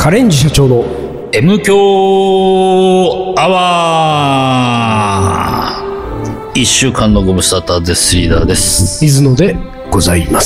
カレンジ社長の M 強アワー。1週間のご無沙汰です。リーダーです。 水野でございます。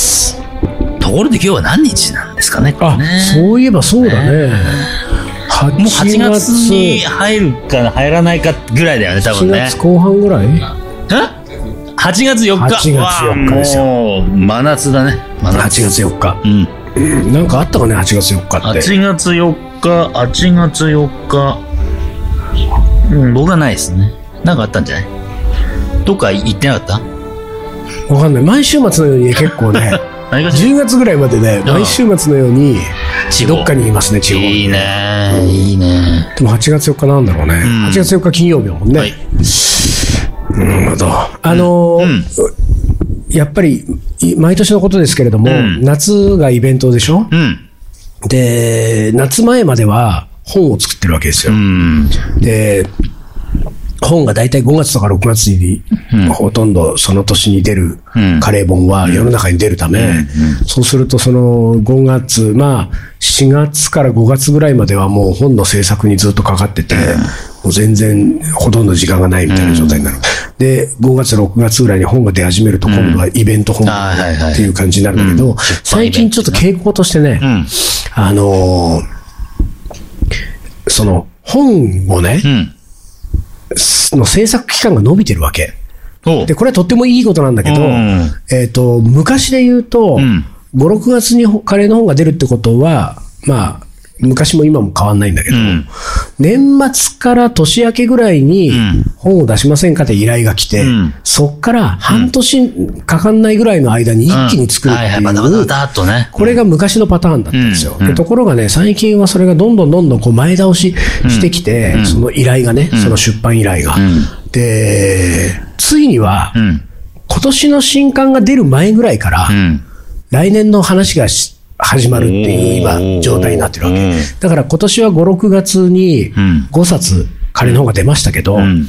ところで今日は何日なんですかね。 あ、そういえばそうだね。 もう8月に入るか入らないかぐらいだよね、多分ね。 8月後半ぐらい ？8月4日。 8月4日ですよ。 もう真夏だね。 8月4日。なんかあったかね、8月4日って。 8月4日。僕はないですね。なんかあったんじゃない？どっか行ってなかった？ わかんない。毎週末のように結構ね、10月ぐらいまでね、毎週末のようにどっかにいますね、地方。 いいね、いいね。 でも8月4日なんだろうね。8月4日金曜日だもんね。はい。なるほど。やっぱり毎年のことですけれども、夏がイベントでしょ。で、夏前までは本を作ってるわけですよ。で、本が大体5月とか6月に、ほとんどその年に出るカレー本は世の中に出るため、そうするとその5月、まあ4月から5月ぐらいまではもう本の制作にずっとかかってて、もう全然ほとんど時間がないみたいな状態になる。で、5月、6月ぐらいに本が出始めると今度はイベント本っていう感じになるんだけど、最近ちょっと傾向としてね、その本をね、の制作期間が伸びてるわけ。で、これはとってもいいことなんだけど、昔で言うと、5、6月にカレーの本が出るってことは、まあ、昔も今も変わんないんだけど、年末から年明けぐらいに本を出しませんかって依頼が来て、そっから半年かかんないぐらいの間に一気に作るっていう、これが昔のパターンだったんですよ。ところがね、最近はそれがどんどんこう前倒ししてきて、その依頼がね、その出版依頼が。で、ついには、今年の新刊が出る前ぐらいから、来年の話が始まるっていう今状態になってるわけ。だから今年は5、6月に5冊カレーの本が出ましたけど、5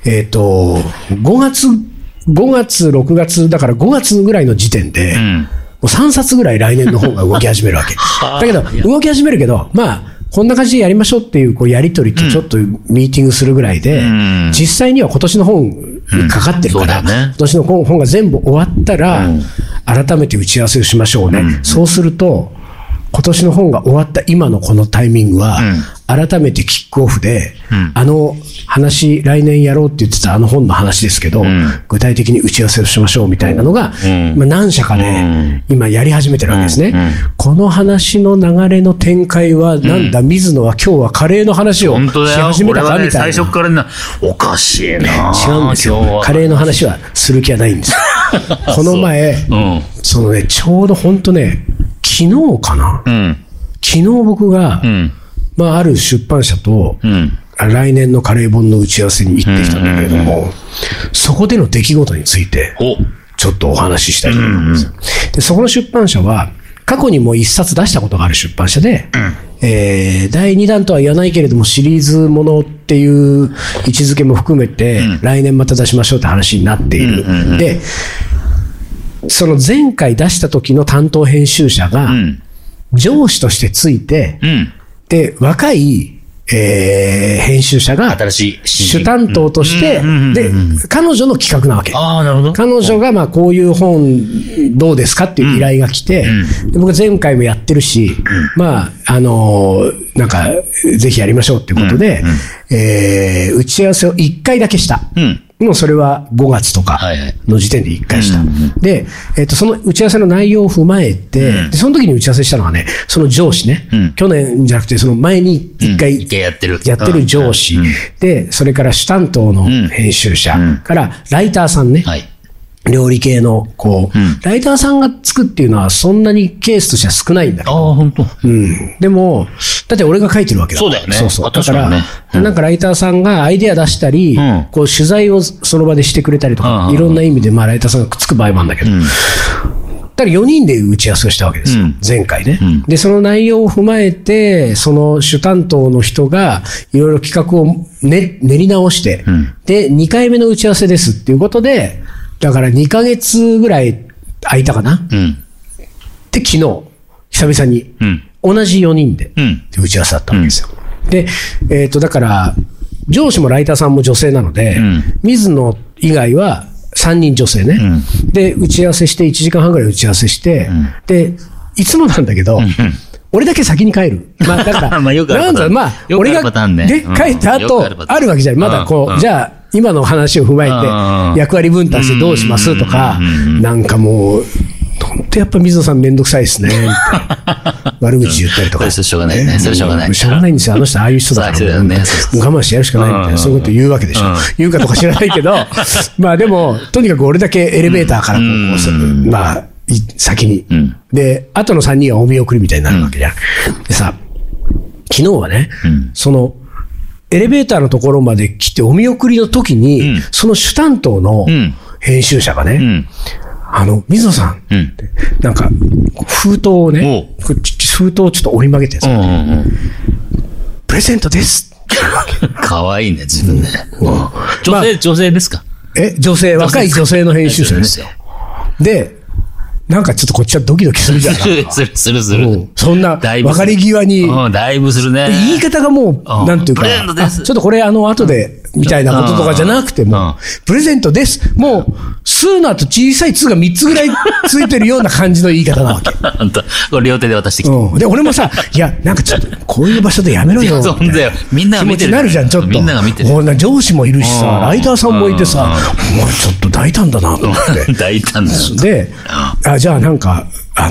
月、6月、だから5月ぐらいの時点で、もう3冊ぐらい来年の本が動き始めるわけ。だけど、動き始めるけど、まあ、こんな感じでやりましょうっていう、こうやりとりとちょっとミーティングするぐらいで、実際には今年の本にかかってるから、今年の本が全部終わったら、改めて打ち合わせをしましょうね。そうすると、今年の本が終わった今のこのタイミングは、改めてキックオフで、あの話、来年やろうって言ってたあの本の話ですけど、具体的に打ち合わせをしましょうみたいなのが、まあ何社かで今やり始めてるわけですね。この話の流れの展開は、なんだ、水野は今日はカレーの話をし始めたかみたいな。 最初からな、おかしいな。 違うんですよ。カレーの話はする気はないんですよ。この前、そのね、ちょうど本当ね、昨日かな、昨日僕が、まあ、ある出版社と、来年のカレー本の打ち合わせに行ってきたんだけれども、そこでの出来事について、ちょっとお話ししたいと思います。で、そこの出版社は、過去にも一冊出したことがある出版社で、第2弾とは言わないけれども、シリーズものっていう位置づけも含めて、来年また出しましょうって話になっている。で、その前回出した時の担当編集者が、上司としてついて、で、若い、編集者が、主担当として、で、彼女の企画なわけ。彼女が、まあ、こういう本、どうですかっていう依頼が来て、で僕前回もやってるし、まあ、なんか、ぜひやりましょうっていうことで、打ち合わせを1回だけした。もうそれは5月とかの時点で1回した。で、その打ち合わせの内容を踏まえて、でその時に打ち合わせしたのはね、その上司ね、去年じゃなくてその前に1回やってる上司、で、それから主担当の編集者からライターさんね、料理系の、こう、ライターさんがつくっていうのはそんなにケースとしては少ないんだけど。 本当。 でも、だって俺が書いてるわけだから。 そうだよね。 そう。だから、なんかライターさんがアイデア出したり、こう取材をその場でしてくれたりとか、いろんな意味でまあライターさんがくっつく場合もあるんだけど。だから4人で打ち合わせをしたわけですよ。前回ね。で、その内容を踏まえて、その主担当の人がいろいろ企画を練り直して、で、2回目の打ち合わせですっていうことで、だから2ヶ月ぐらい空いたかな。で、昨日、久々に同じ4人で、打ち合わせだったわけですよ。で、だから、上司もライターさんも女性なので、水野以外は3人女性ね。で、打ち合わせして、1時間半ぐらい打ち合わせして、で、いつもなんだけど、俺だけ先に帰る。まあ、だから、なんだ、まあ、俺が、で、帰った後、あるわけじゃない。まだこう、じゃあ、今の話を踏まえて、役割分担してどうしますとか、なんかもう、本当やっぱ水野さんめんどくさいですね。悪口言ったりとか。 それしょうがないね。それしょうがない。 しょうがないんですよ。あの人ああいう人だから。我慢してやるしかないみたいな、そういうこと言うわけでしょ。言うかとか知らないけど、まあでも、とにかく俺だけエレベーターからこう、まあ、先に。で、後の3人はお見送りみたいになるわけじゃん。でさ、昨日はね、その、エレベーターのところまで来てお見送りの時に、その主担当の編集者がね、水野さんって、なんか、封筒をね、封筒をちょっと折り曲げてさ、プレゼントですって言うわけ。 かわいいね、自分で。女性ですか？ 女性、若い女性の編集者ですよ。で、なんかちょっとこっちはドキドキするじゃん。 する。 そんな、別れ際に。 だいぶするね。 言い方がもう、なんていうか、ちょっとこれ後で、みたいなこととかじゃなくても、プレゼントです。もう、数の後小さい2が3つぐらいついてるような感じの言い方なわけ。 本当。これ両手で渡してきて。 で、俺もさ、いや、なんかちょっと、こういう場所でやめろよ。 そうだよ。みんなが見てる。 気持ちになるじゃん、ちょっと。 みんなが見てる。 上司もいるしさ、ライターさんもいてさ、もうちょっと大胆だなと思って。 大胆だ。 で、じゃあなんか、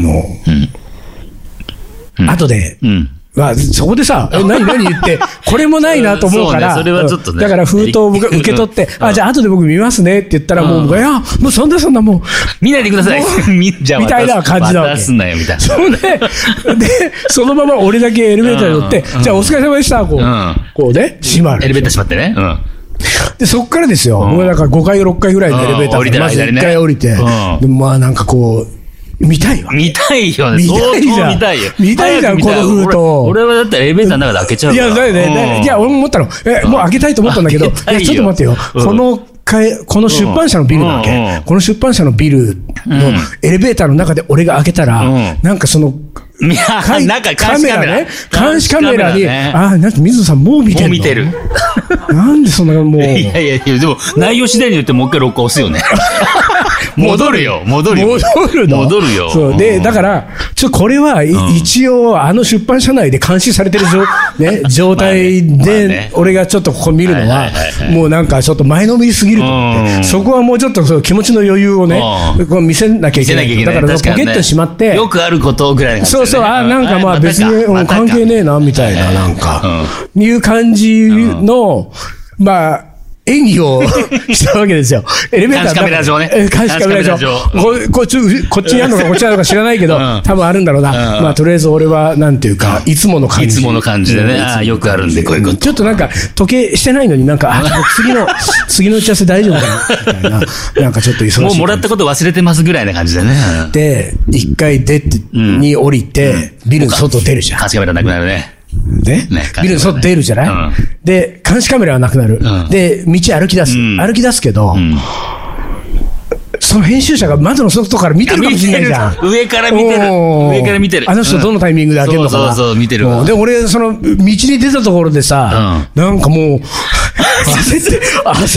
後で、まあ、そこでさ、何言って、これもないなと思うから、 それはちょっとね。 だから封筒を僕受け取って、じゃあ後で僕見ますねって言ったら、もう、いや、もうそんなもう、 見ないでください。 じゃあみたいな感じなわけ。 渡すなよ、みたいな。 それで、そのまま俺だけエレベーターに乗って、じゃあお疲れ様でした、こうね、閉まる。 エレベーター閉まってね。 で、そっからですよ、もうなんか5回、6回ぐらいのエレベーターで、まず1回降りて、でまあなんかこう、見たいわ。 見たいよね。 見たいじゃん。見たいじゃん、この封筒。 俺はだったらエレベーターの中で開けちゃうから。 いや、だよね。いや、俺も思ったの。もう開けたいと思ったんだけど、ちょっと待ってよ。この出版社のビルなわけ。この出版社のビルのエレベーターの中で俺が開けたら、なんかその、カメラね。監視カメラに、なんか水野さんもう見てる。もう見てる。 なんでそんなもう。 いや、でも内容次第によってもう一回録音押すよね。戻るよ。 戻るよ。そう。で、だから、これは一応出版社内で監視されてる状態で、俺がちょっとここ見るのは、もうなんかちょっと前のめりすぎると思って、そこはもうちょっと気持ちの余裕をね、見せなきゃいけない。だからポケットにしまって。 よくあることぐらいの。 そう、なんかまあ別に関係ねえな、みたいな、なんか、いう感じの、まあ、演技をしたわけですよ。エレベーター。 監視カメラ上ね。 監視カメラ上。こっちにあるのかこっちなのか知らないけど、多分あるんだろうな。まあとりあえず俺は、なんていうか、いつもの感じ。 いつもの感じでね。よくあるんで、こういうこと。 ちょっとなんか、時計してないのになんか、次の打ち合わせ大丈夫かなみたいな。なんかちょっと忙しい。 もうもらったこと忘れてますぐらいな感じでね。 で、一回に降りて、ビルの外出るじゃん。 監視カメラなくなるね。 で、ビルの外出るじゃないで、監視カメラはなくなる。で、道歩き出す。歩き出すけど、その編集者が窓の外から見てるかもしれないじゃん。 上から見てる。 あの人どのタイミングで開けるのかな。 そう、見てるわ。 で、俺、道に出たところでさ、なんかもう、焦って、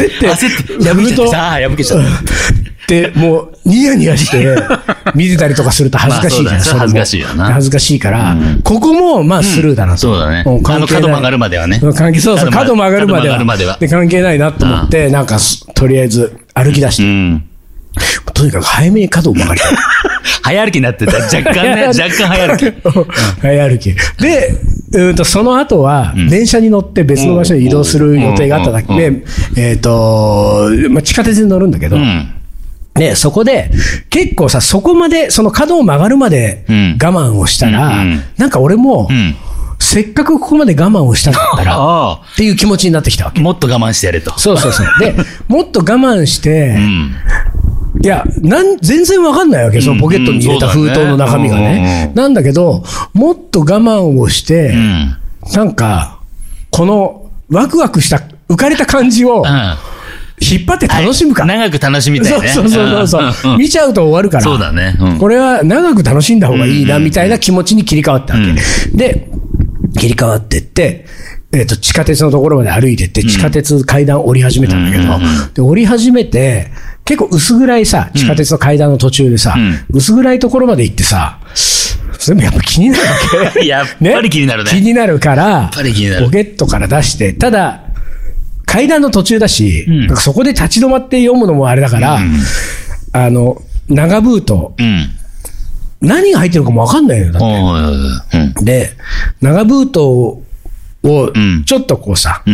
破けちゃった。 で、もう、ニヤニヤして、見てたりとかすると恥ずかしいじゃん。 恥ずかしいよな。 恥ずかしいから、ここも、まあ、スルーだなと。 そうだね。角曲がるまではね。 そう、角曲がるまでは。で、関係ないなと思って、なんか、とりあえず、歩き出して。とにかく早めに角を曲がりたい。 早歩きになってた。若干早歩き。 早歩き。で、その後は、電車に乗って別の場所に移動する予定があっただけで、地下鉄に乗るんだけど、で、そこで、結構さ、そこまで、その角を曲がるまで我慢をしたら、なんか俺も、せっかくここまで我慢をしたんだったら、っていう気持ちになってきたわけ。 もっと我慢してやれと。 そう。で、もっと我慢して、いや、全然わかんないわけ。そのポケットに入れた封筒の中身がね。なんだけど、もっと我慢をして、なんか、このワクワクした、浮かれた感じを、 引っ張って楽しむか。 長く楽しみたいね。 そう。見ちゃうと終わるから。 そうだね。 これは長く楽しんだ方がいいな、みたいな気持ちに切り替わったわけ。で、切り替わってって、地下鉄のところまで歩いてって、地下鉄階段降り始めたんだけど、で、降り始めて、結構薄暗いさ、地下鉄の階段の途中でさ、薄暗いところまで行ってさ、それもやっぱ気になるわけ。 やっぱり気になるね。 気になるから、 やっぱり気になる。 ポケットから出して、ただ、階段の途中だし、そこで立ち止まって読むのもあれだから、長封筒、何が入ってるかもわかんないよ、だって。で、長封筒を、ちょっとこうさ、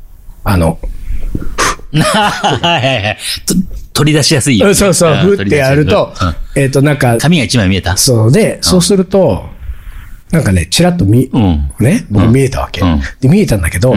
取り出しやすいよ。 そう、ふってやると、なんか、 紙が一枚見えた。 そうで、そうすると、なんかね、ちらっとね、僕見えたわけ。で、見えたんだけど、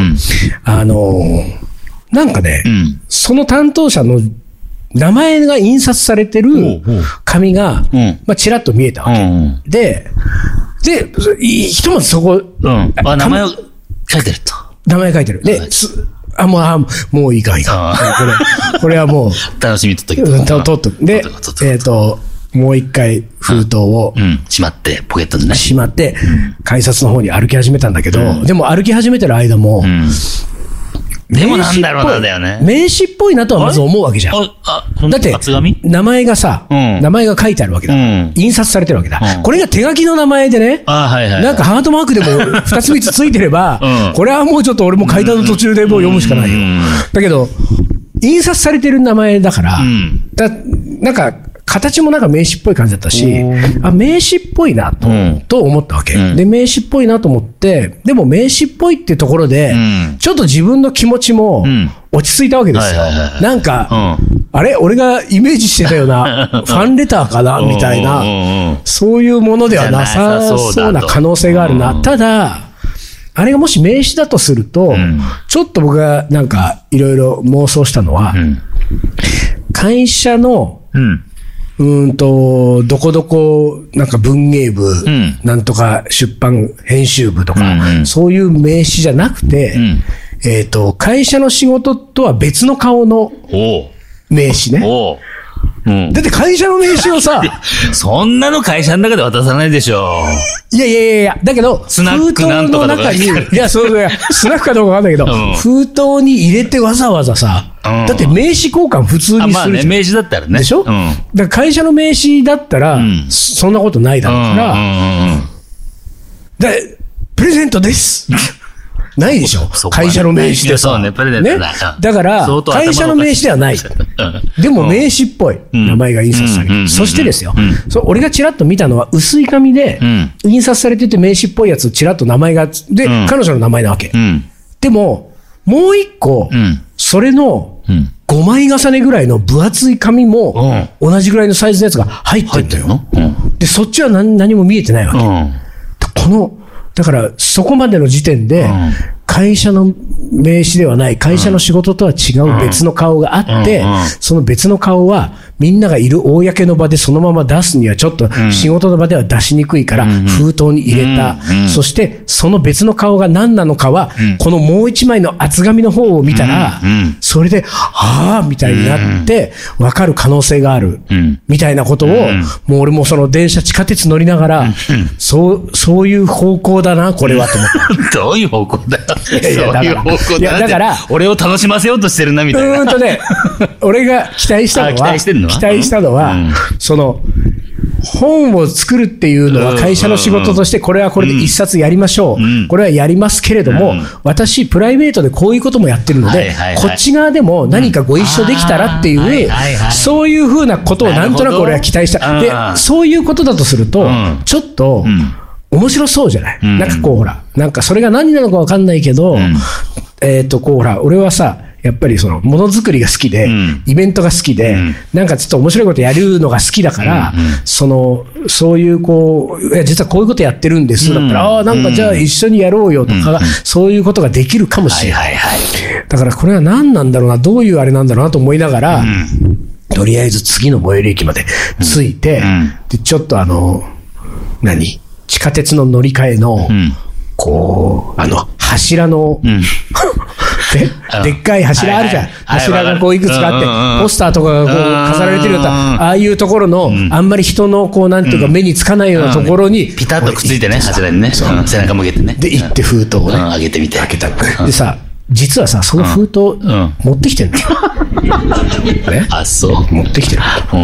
なんかね、その担当者の名前が印刷されてる紙が、まあ、ちらっと見えたわけ。で、ひとまずそこ、 名前を書いてると。 名前書いてる。で、もういいか。これはもう、 楽しみとっとき。 とっとく。で、もう一回封筒をしまって、ポケットでね。 しまって、改札の方に歩き始めたんだけど、でも歩き始めてる間も、 でもなんだろうな、だよね。 名刺っぽいなとはまず思うわけじゃん。だって、名前がさ、名前が書いてあるわけだ。印刷されてるわけだ。これが手書きの名前でね、なんかハートマークでも2つ3つついてれば、これはもうちょっと俺も階段の途中でもう読むしかないよ。だけど、印刷されてる名前だから、なんか、形もなんか名刺っぽい感じだったし、名刺っぽいなと思ったわけ。で、名刺っぽいなと思って、でも名刺っぽいってところで、ちょっと自分の気持ちも落ち着いたわけですよ。なんか、あれ俺がイメージしてたようなファンレターかなみたいな、そういうものではなさそうな可能性があるな。ただ、あれがもし名刺だとすると、ちょっと僕がなんかいろいろ妄想したのは、会社の、どこどこ、なんか文芸部、なんとか出版編集部とか、そういう名刺じゃなくて、会社の仕事とは別の顔の名刺ね。だって会社の名刺をさ、 そんなの会社の中で渡さないでしょ。 いや、だけど、 スナックなんとか中に、いや、スナックかどうかわかんないけど、封筒に入れてわざわざさ、だって名刺交換普通にするじゃん。 まあね、名刺だったらね。 でしょ？だから会社の名刺だったら、そんなことないだろうから、プレゼントですないでしょ、会社の名刺でさ。 そうね、プレゼントだ。だから、会社の名刺ではない。でも名刺っぽい名前が印刷される。そしてですよ、俺がちらっと見たのは薄い紙で、印刷されてて名刺っぽいやつ、ちらっと名前が、で、彼女の名前なわけ。でも、もう一個、それの5枚重ねぐらいの分厚い紙も、同じぐらいのサイズのやつが入ってんだよ。で、そっちは何も見えてないわけ。だから、そこまでの時点で、会社の名刺ではない、会社の仕事とは違う別の顔があって、その別の顔は、みんながいる公の場でそのまま出すにはちょっと仕事の場では出しにくいから封筒に入れた。そしてその別の顔が何なのかは、このもう一枚の厚紙の方を見たら、それで、はぁみたいになって分かる可能性がある。みたいなことを、もう俺もその電車地下鉄乗りながら、そういう方向だな、これはと思った。 どういう方向だよ。 いや、だから、 俺を楽しませようとしてるな、みたいな。 俺が期待したのは、その、本を作るっていうのは会社の仕事としてこれはこれで一冊やりましょう。これはやりますけれども、私プライベートでこういうこともやってるので、こっち側でも何かご一緒できたらっていう、そういうふうなことをなんとなく俺は期待した。で、そういうことだとすると、ちょっと、面白そうじゃない、なんかこうほら、なんかそれが何なのかわかんないけど、こうほら、俺はさ、やっぱりそのものづくりが好きで、イベントが好きで、なんかちょっと面白いことやるのが好きだから、そういうこう、いや実はこういうことやってるんですだったら、なんかじゃあ一緒にやろうよとか、そういうことができるかもしれない。だからこれは何なんだろうな、どういうあれなんだろうなと思いながら、とりあえず次の最寄り駅まで着いて、でちょっと地下鉄の乗り換えの、こう、柱の、 でっかい柱あるじゃん。柱がこういくつかあって、ポスターとかがこう飾られてるような、ああいうところの、あんまり人のこう、なんていうか目につかないようなところに。 ピタッとくっついてね、柱にね。背中向けてね。 で、行って封筒をね。 開けてみて。 開けた。でさ、実はさ、その封筒、持ってきてるの。ね。 あ、そう。 持ってきてる。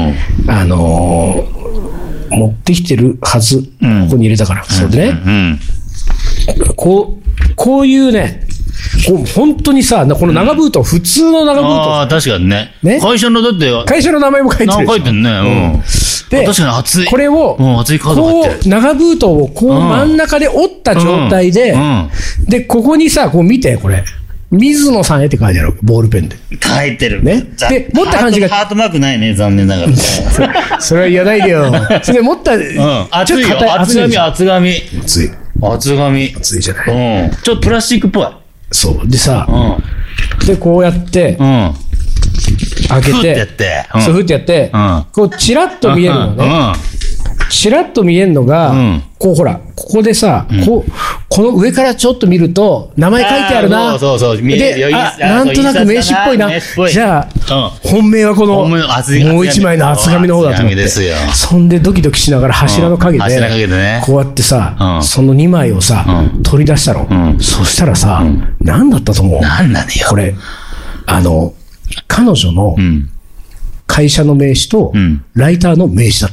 持ってきてるはず。ここに入れたから。そうでね。こういうね、本当にさ、この長封筒、普通の長封筒。 ああ、確かにね。会社の、だって。 会社の名前も書いてる。 書いてるね。で、確かに熱い。 これを、 熱いカードこう、長封筒をこう真ん中で折った状態で、で、ここにさ、こう見て、これ。水野さんへって書いてある。ボールペンで。 書いてる。 ね。で、持った感じが。 ハートマークないね、残念ながら。 それは言わないでよ。それで持った、 熱いよ。厚紙。 熱い。 厚紙。 熱いじゃない。 ちょっとプラスチックっぽい。 そう。でさ、で、こうやって、開けて、そう、ふってやって、こう、チラッと見えるのね。チラッと見えるのが、こうほら、ここでさ、この上からちょっと見ると、名前書いてあるな。で、なんとなく名刺っぽいな。じゃあ、本命はこの、もう一枚の厚紙の方だと思って。そんでドキドキしながら柱の陰で、こうやってさ、その2枚をさ、取り出したの。そしたらさ、何だったと思う？ 何なのよ。 これ、彼女の会社の名刺と、ライターの名刺だった。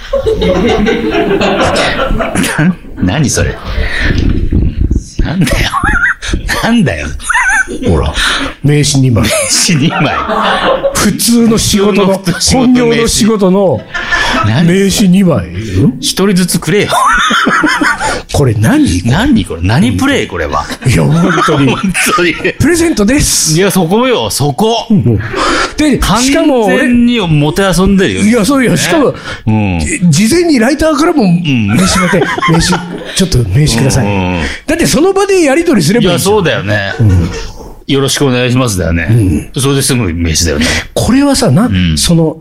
何それ。なんだよ。なんだよ。 ほら、名刺2枚。 名刺2枚。 普通の仕事の、本業の仕事の名刺2枚。 一人ずつくれよ。 これ何これ何プレイこれは。 いや、本当に。プレゼントです。 いや、そこよ、そこ。 で、しかも完全にもてあそんでるよ。 いや、そうよ。しかも、事前にライターからも、名刺待って、ちょっと名刺ください。だってその場でやり取りすればいい。 いや、そうだよね。よろしくお願いしますだよね。それですぐ名刺だよね。 これはさ、その、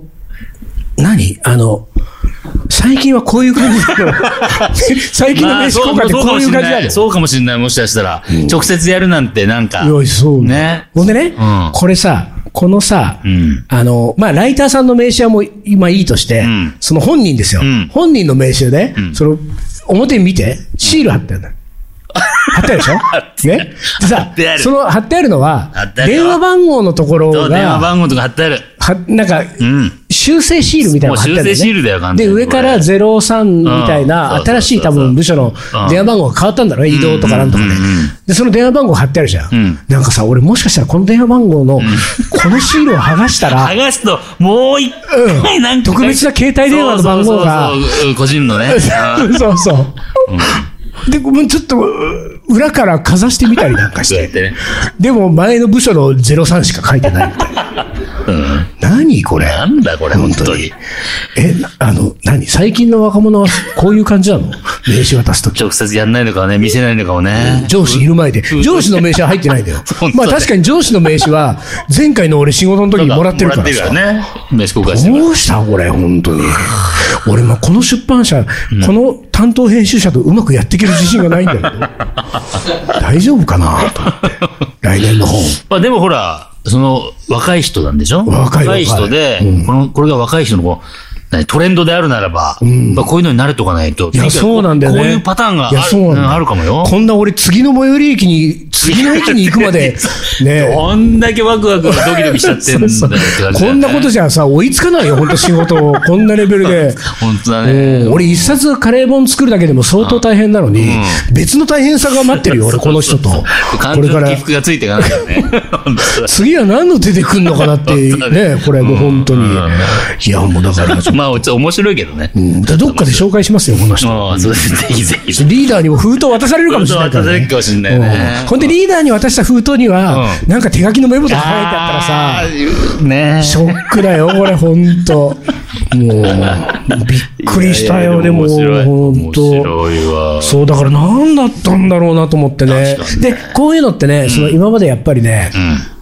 最近はこういう感じなの。最近の名刺交換ってこういう感じなの。 そうかもしれない。もしかしたら。直接やるなんてなんか。 そうね。 ほんでね、これさ、このさ、ライターさんの名刺はもう今いいとして、その本人ですよ。本人の名刺でね、その、表に見て、シール貼ってあるんだ。貼ってあるでしょね。でさ、その貼ってあるのは、電話番号のところが、 電話番号とか貼ってある。 なんか、修正シールみたいなのが貼ってあるんだよね。修正シールだよ、完全に。で、上から03みたいな、新しい多分部署の電話番号が変わったんだろうね。移動とかなんとかで。で、その電話番号貼ってあるじゃん。なんかさ、俺もしかしたらこの電話番号の、このシールを剥がしたら、 剥がすと、もう一回なんか。 特別な携帯電話の番号が。 個人のね。 そうそう。で、ちょっと、裏からかざしてみたりなんかして。でも、前の部署の03しか書いてないみたいな。何これ。 なんだこれ、本当に。 何最近の若者はこういう感じなの？名刺渡すとき。 直接やんないのかね、見せないのかもね。 上司いる前で。上司の名刺は入ってないんだよ。まあ確かに上司の名刺は、前回の俺仕事の時にもらってるからさ。 ね。名刺交換してる。 どうしたこれ、本当に。俺もこの出版社、この担当編集者とうまくやっていける自信がないんだけど。大丈夫かなと思って。来年の本。 まあでもほら、その若い人なんでしょ？ 若い人で、これが若い人のトレンドであるならば、こういうのに慣れとかないと。 いや、そうなんだよね。 こういうパターンがあるかもよ。 こんな俺、次の最寄り駅に、次の駅に行くまで、ね。 どんだけワクワクドキドキしちゃってんだよ。 こんなことじゃさ、追いつかないよ、本当仕事を。こんなレベルで。 本当だね。 俺、一冊カレー本作るだけでも相当大変なのに、別の大変さが待ってるよ、俺、この人と。 これから。起伏がついていかないよね。 次は何の手で来んのかなって、ね、これもう本当に。いや、もうだから。 まあ、面白いけどね。 どっかで紹介しますよ、この人。 そうです。ぜひぜひ。 リーダーにも封筒渡されるかもしれないからね。 渡されるかもしれないね。 ほんで、リーダーに渡した封筒には、なんか手書きのメモとか書いてあったらさ、 ね、 ショックだよ、これ、ほんと。もう、びっくりしたよ、でも、ほんと。面白いわ。そう、だから何だったんだろうなと思ってね。で、こういうのってね、その今までやっぱりね、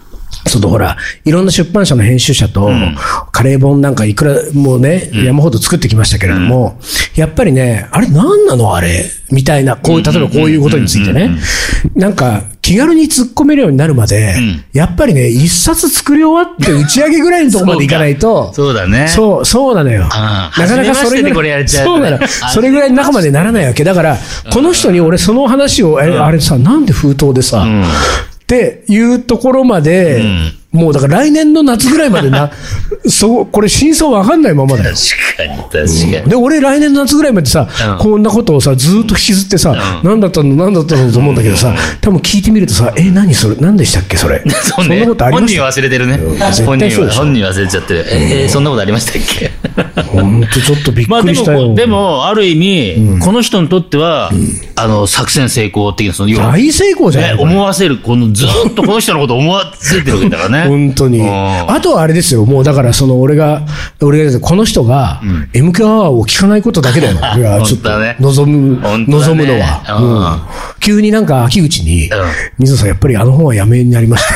ほら、いろんな出版社の編集者と、カレー本なんかいくらもうね、山ほど作ってきましたけれども、やっぱりね、あれ何なのあれみたいな、例えばこういうことについてね、なんか気軽に突っ込めるようになるまで、やっぱりね、一冊作り終わって打ち上げぐらいのところまでいかないと、 そうだね。 そうなのよ。なかなかそれぐらい、そうなの。それぐらいの中までならないわけ。だから、この人に俺その話を、あれさ、なんで封筒でさ、っていうところまで、もうだから来年の夏ぐらいまでこれ真相わかんないままだよ。 確かに。 で、俺来年の夏ぐらいまでさ、こんなことをさ、ずっと引きずってさ、何だったのと思うんだけどさ、多分聞いてみるとさ、何それ、何でしたっけそれ。 そんなことありました。本人忘れてるね。本人忘れちゃってる。そんなことありましたっけ。 本当ちょっとびっくりしたよ。 でも、ある意味、この人にとっては、作戦成功的な、 大成功じゃない思わせる、ずっとこの人のことを思わせてるわけだからね。 本当に。あとはあれですよ、もうだから俺がこの人が MQ アワーを聞かないことだけだよ。俺はちょっと望むのは。急になんか秋口に、水野さんやっぱりあの本はやめになりました。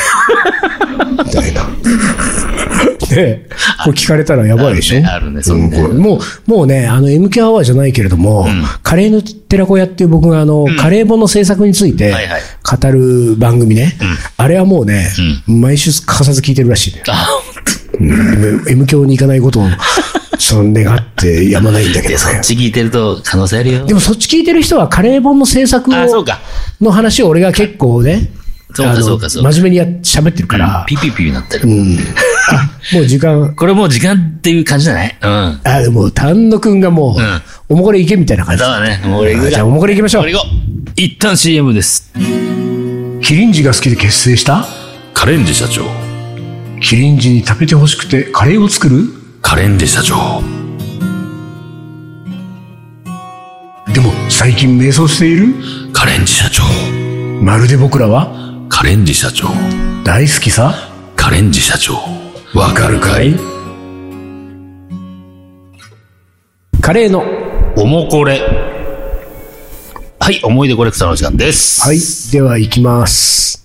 みたいな。で、これ聞かれたらやばいでしょ。 あるね、そうね。 もうね、MQ アワーじゃないけれども、カレーの寺子屋っていう僕がカレー本の制作について語る番組ね。あれはもうね、毎週欠かさず聞いてるらしいね。M 教に行かないことを、願ってやまないんだけど。 そっち聞いてると可能性あるよ。 でもそっち聞いてる人はカレー本の制作の話を俺が結構ね、 そうか。 真面目に喋ってるから。 ピピピになってる。 もう時間。 これもう時間っていう感じじゃない？ でも、丹野くんがもう、おもこれ行けみたいな感じ。 そうだね。もうじゃあ、おもこれ行きましょう。 一旦 CM です。 キリンジが好きで結成したカレンジ社長。 キリンジに食べてほしくてカレーを作るカレンジ社長。 でも、最近迷走しているカレンジ社長。 まるで僕らはカレンジ社長。 大好きさカレンジ社長。わかるかい？ カレーのおもこれ。はい、思い出コレクターの時間です。 はい、では行きます。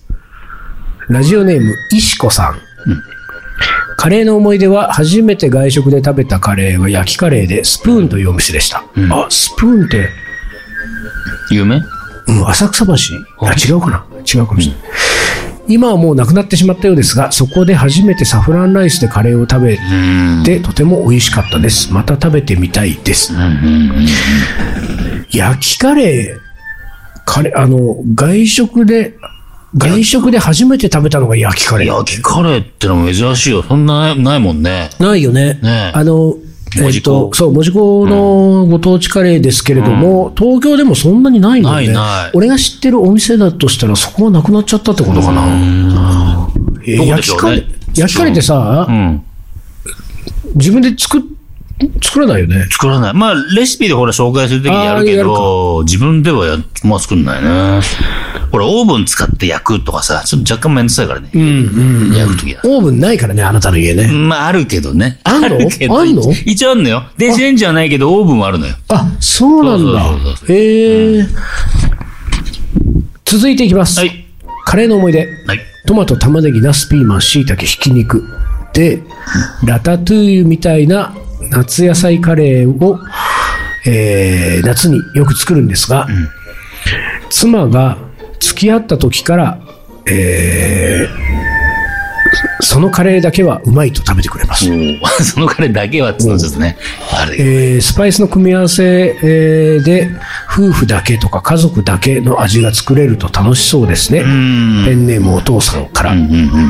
ラジオネーム石子さん。カレーの思い出は初めて外食で食べたカレーは焼きカレーでスプーンというお店でした。スプーンって有名？ 浅草橋？違うかな？違うかもしれない。今はもうなくなってしまったようですが、そこで初めてサフランライスでカレーを食べてとても美味しかったです。また食べてみたいです。焼きカレー、外食で初めて食べたのが焼きカレー。 焼きカレーってのも珍しいよ。そんなないもんね。 ないよね。門司港のご当地カレーですけれども、東京でもそんなにないので、俺が知ってるお店だとしたらそこはなくなっちゃったってことかな。焼きカレーってさ、自分で作らないよね。 作らない。まあ、レシピでほら紹介するときにやるけど、自分では作んないね。ほら、オーブン使って焼くとかさ、ちょっと若干めんどくさいからね。焼くときは。 オーブンないからね、あなたの家ね。 まあ、あるけどね。 あんの？ 一応あるのよ。電子レンジはないけど、オーブンはあるのよ。 そうなんだ。続いていきます。カレーの思い出。トマト、玉ねぎ、ナス、ピーマン、椎茸、ひき肉。で、ラタトゥーユみたいな夏野菜カレーを、夏によく作るんですが、妻が付き合った時から、そのカレーだけはうまいと食べてくれます。 そのカレーだけはってのですね。 スパイスの組み合わせ、で夫婦だけとか家族だけの味が作れると楽しそうですね。ペンネームお父さんから。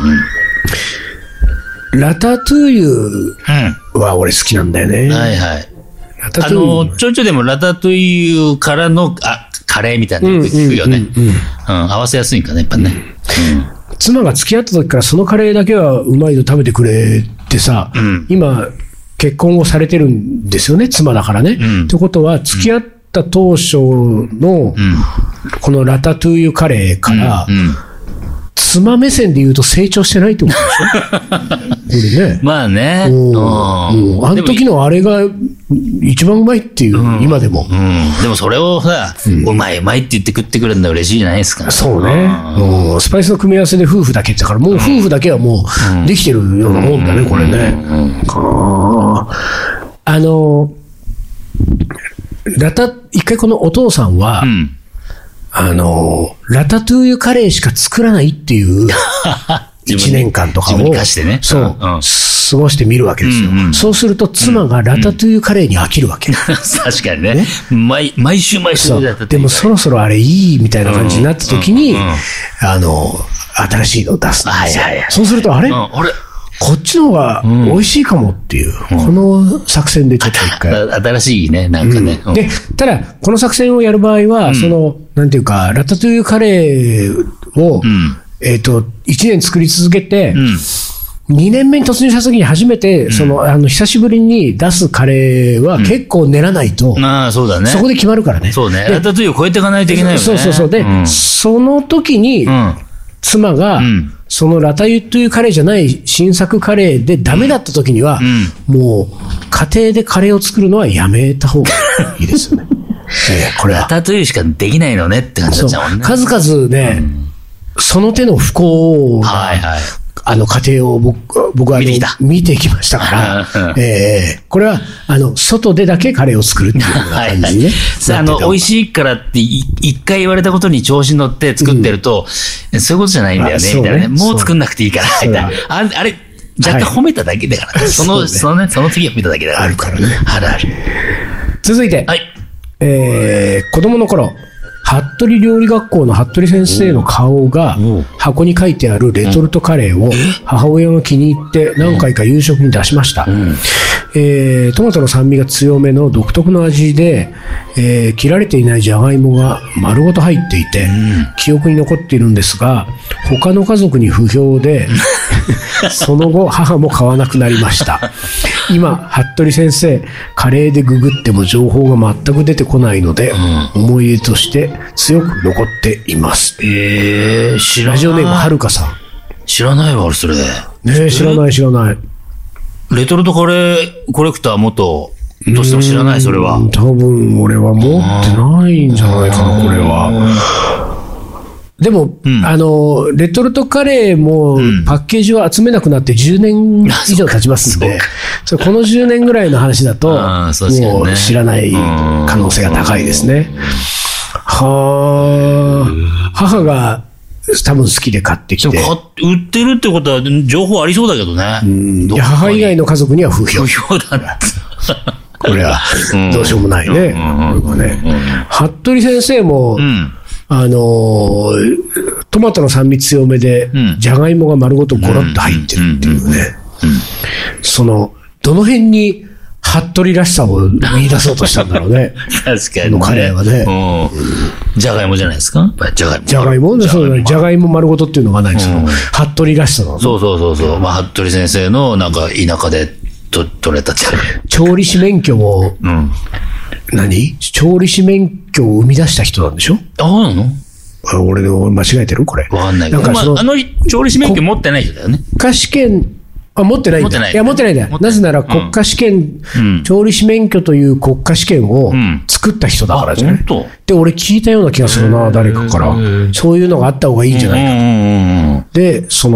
ラタトゥーユは俺好きなんだよね。ちょいちょいでもラタトゥーユからのカレーみたいなの聞くよね。合わせやすいんかね、やっぱね。妻が付き合った時からそのカレーだけはうまいと食べてくれってさ、今結婚をされてるんですよね、妻だからね。ってことは付き合った当初のこのラタトゥーユカレーから、妻目線で言うと成長してないってことでしょこれね。 まあね。 あの時のあれが一番うまいっていう、今でも。 でもそれをさ、うまいうまいって言って食ってくれるのは嬉しいじゃないですか。 そうね。スパイスの組み合わせで夫婦だけってだから、もう夫婦だけはもうできてるようなもんだね、これね。一回このお父さんは、ラタトゥーユカレーしか作らないっていう1年間とかを、そう、過ごしてみるわけですよ。そうすると妻がラタトゥーユカレーに飽きるわけ。 確かにね。毎週ラタトゥーユ。 でもそろそろあれいいみたいな感じになった時に、新しいのを出すんですよ。そうすると、あれこっちの方が美味しいかもっていう、この作戦でちょっと一回。 新ししいね、なんかね。 で、ただ、この作戦をやる場合は、なんていうか、ラタトゥーユカレーを、1年作り続けて、2年目に突入した時に初めて、久しぶりに出すカレーは結構練らないと、 そうだね。 そこで決まるからね。 そうね。ラタトゥーユを超えていかないといけないよね。 そう。で、その時に、妻が、そのラタトゥーユカレーじゃない新作カレーでダメだった時には、もう、家庭でカレーを作るのはやめた方がいいですよね。これは。 ラタトゥーユしかできないのねって感じだっちゃうもんね。 数々ね、その手の不幸が、家庭を僕は見てきましたから、これは、外でだけカレーを作るっていうような感じにね。 美味しいからって一回言われたことに調子乗って作ってると、そういうことじゃないんだよね、みたいなね。もう作んなくていいから、みたいな。あれ、若干褒めただけだからね。その次褒めただけだから。 あるからね。 ある。 続いて、子供の頃、服部料理学校の服部先生の顔が箱に書いてあるレトルトカレーを母親が気に入って何回か夕食に出しました。トマトの酸味が強めの独特の味で、切られていないじゃがいもが丸ごと入っていて、記憶に残っているんですが、他の家族に不評で、その後母も買わなくなりました。今、服部先生、カレーでググっても情報が全く出てこないので、思い出として強く残っています。 知らない。 ラジオネームはるかさん。 知らないわ、俺それ。 ね、知らない。 レトルトカレーコレクター元としても知らない、それは。 多分俺は持ってないんじゃないかな、これは。でも、レトルトカレーもパッケージを集めなくなって10年以上経ちますんで、この10年ぐらいの話だと、もう知らない可能性が高いですね。母が多分好きで買ってきて。 売ってるってことは情報ありそうだけどね。 母以外の家族には不評。 不評だな。 これは、どうしようもないね。服部先生も、トマトの酸味強めで、じゃがいもが丸ごとゴロッと入ってるっていうね。どの辺に、服部らしさを見出そうとしたんだろうね。 確かに。 このカレーはね。 じゃがいもじゃないですか？ じゃがいもそうだね。じゃがいも丸ごとっていうのがないですよ。服部らしさなの。 そう。服部先生のなんか田舎で取れた調理師免許を、調理師免許を生み出した人なんでしょ？ なの？ 俺の間違えてるこれ。 わかんないけど。調理師免許持ってない人だよね。 国家試験、持ってないんだ。いや、持ってないんだよ。なぜなら国家試験、調理師免許という国家試験を作った人だからじゃない。で、俺聞いたような気がするな、誰かから。そういうのがあった方がいいんじゃないかと。で、そ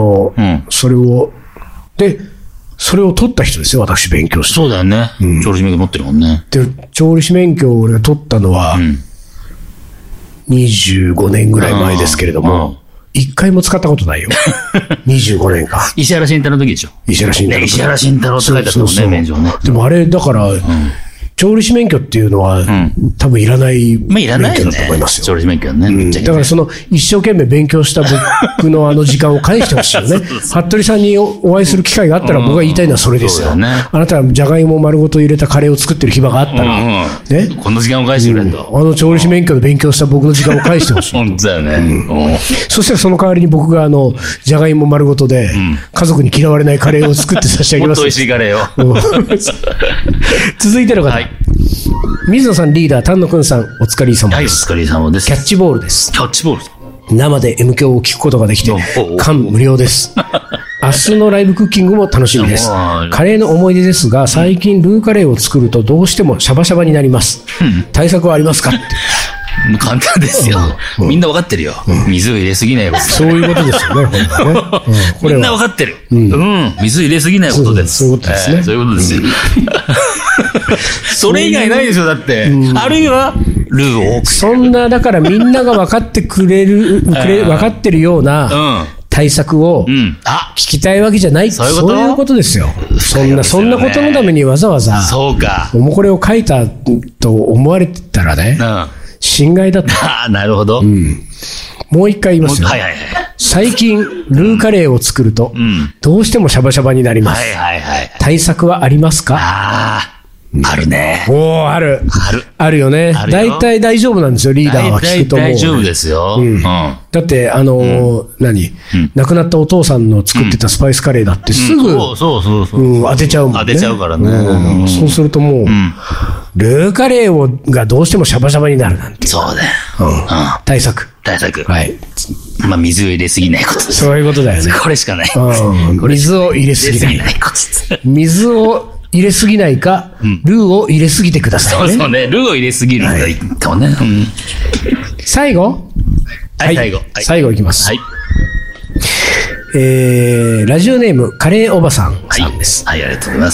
れを取った人ですよ、私勉強して。 そうだよね。調理師免許持ってるもんね。 で、調理師免許を俺が取ったのは、25年ぐらい前ですけれども、一回も使ったことないよ。25年間。 石原慎太郎の時でしょ。 石原慎太郎。 石原慎太郎って書いてあったもんね、免状ね。 でもあれ、だから、調理師免許っていうのは、多分いらない免許だと思いますよ。 調理師免許はね。 だから一生懸命勉強した僕の時間を返してほしいよね。服部さんにお会いする機会があったら僕が言いたいのはそれですよ。あなたはじゃがいも丸ごと入れたカレーを作ってる暇があったら、ね。 この時間を返してくれと。 調理師免許で勉強した僕の時間を返してほしい。 本当だよね。 そしたらその代わりに僕がじゃがいも丸ごとで、家族に嫌われないカレーを作って差し上げます。 もっと美味しいカレーを。 続いての方。水野さんリーダー、丹野くんさん、お疲れ様です。 お疲れ様です。 キャッチボールです。 キャッチボール。 生で M 響を聞くことができて、感無量です。明日のライブクッキングも楽しみです。カレーの思い出ですが、最近ルーカレーを作るとどうしてもシャバシャバになります。対策はありますかって。 簡単ですよ。みんな分かってるよ。水を入れすぎないこと。 そういうことですよね、これみんな分かってる。水入れすぎないことです。 そういうことですね。 そういうことですよ。それ以外ないでしょ、だって。あるいは、ルーを多く。 そんな、だからみんなが分かってくれる、分かってるような対策を聞きたいわけじゃない。そういうことですよ。そんなことのためにわざわざ、おもこれを書いたと思われてたらね。侵害だった。 なるほど。 もう一回言いますよ。最近、ルーカレーを作ると、どうしてもシャバシャバになります。対策はありますか？ あるね。 ある。あるよね。大体大丈夫なんですよ、リーダーは聞くともう。 大丈夫ですよ。 だって、亡くなったお父さんの作ってたスパイスカレーだってすぐ、当てちゃうもんね。 当てちゃうからね。 そうするともう、ルーカレーがどうしてもシャバシャバになるなんて。 そうだよ。 対策。 はい。まあ、水を入れすぎないことです。 そういうことだよね。 これしかない。 水を入れすぎない。水を入れすぎないか、ルーを入れすぎてくださいね。 そうね。ルーを入れすぎるのがいいかもね。 最後いきます。ラジオネーム、カレーおばさんさんです。 はい、ありがとうございます。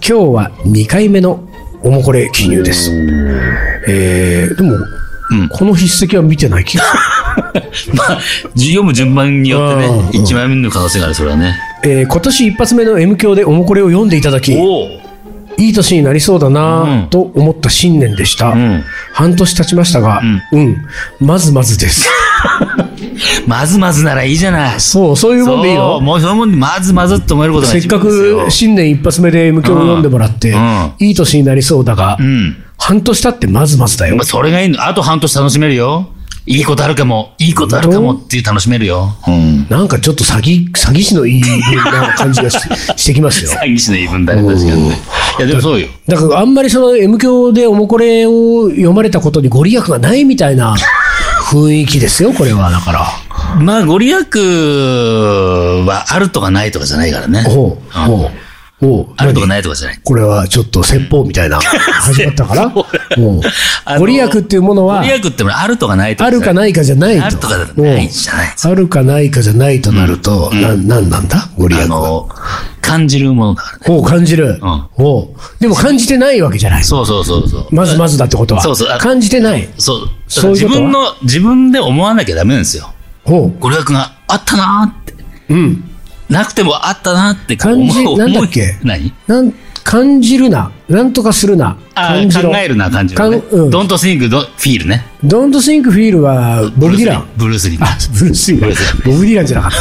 今日は2回目のおもこれ記入です。でも、この筆跡は見てない気がする。 まあ、読む順番によってね、1枚目の可能性がある、それはね。 今年一発目の M 響でおもこれを読んでいただき、いい年になりそうだなと思った新年でした。半年経ちましたが、まずまずです。 まずまずならいいじゃない。 そういうもんでいいの？ もうそのもんでまずまずって思えることがせっかく新年一発目で M 響を読んでもらって、いい年になりそうだが、半年経ってまずまずだよ。 それがいいの。あと半年楽しめるよ。いいことあるかもっていう楽しめるよ。 なんかちょっと詐欺師の言い分な感じがしてきますよ。 詐欺師の言い分だね、確かにね。いや、でもそうよ。 だからあんまりその M 響でおもこれを読まれたことにご利益がないみたいな雰囲気ですよ、これは。だから。 まあ、ご利益はあるとかないとかじゃないからね。あるとかないとかじゃない。 これはちょっと説法みたいな始まったからご利益っていうものは、 ご利益ってものはあるとかないとか。 あるかないかじゃないと。 あるとかないじゃない。 あるかないかじゃないとなると、なんだご利益は。 感じるものだからね。 感じる。でも感じてないわけじゃない。 そう。 まずだってことは。感じてない。 そういうことは。自分で思わなきゃダメなんですよ。ご利益があったなーって。なくてもあったなってなんだっけ？感じるな。なんとかするな。 考えるな、感じるね。Don't think, feel ね。 Don't think, feel はボブ・ディラン。 ブルース・リー。 ブルース・リー。ボブ・ディランじゃなかった。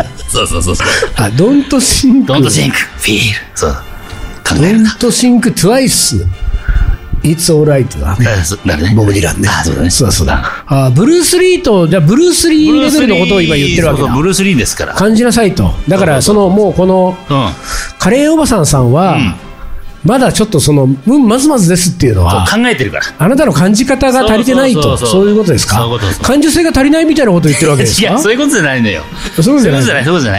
そう。 Don't think, feel。そう。考えるな。 Don't think twice. It's alright だね。ボブ・ディランね。そうだ。ブルース・リーと、じゃあブルース・リーレベルのことを今言ってるわけだ。 ブルース・リーですから。 感じなさいと。だから、もうこの、カレーおばさんは、まだちょっとまずまずですっていうのは、 考えてるから。 あなたの感じ方が足りてないと。そういうことですか？感受性が足りないみたいなことを言ってるわけですか？ いや、そういうことじゃないのよ。 そういうことじゃない。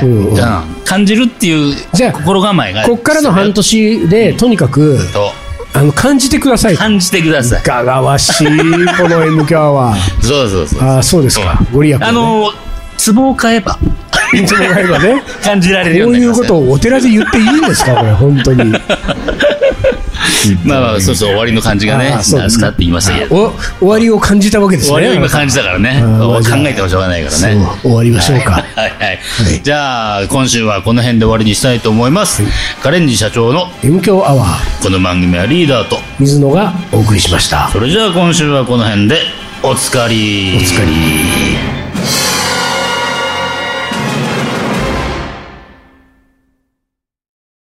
感じるっていう心構えが。 こっからの半年で、とにかく、感じてください。 感じてください。 いかがわしい、この M 響は。 そう。 そうですか。ご利益。 ツボを買えば。 ツボを買えばね。 感じられるようになります。 こういうことをお寺で言っていいんですか、これ、本当に。 まあ、そう終わりの感じがね、なんすかって言いましたけど。 終わりを感じたわけですね。 終わりを今感じたからね。考えてもしょうがないからね。 終わりましょうか。 じゃあ、今週はこの辺で終わりにしたいと思います。カレンジ社長の M 響アワー。 この番組はリーダーと水野がお送りしました。 それじゃあ今週はこの辺でおつかり。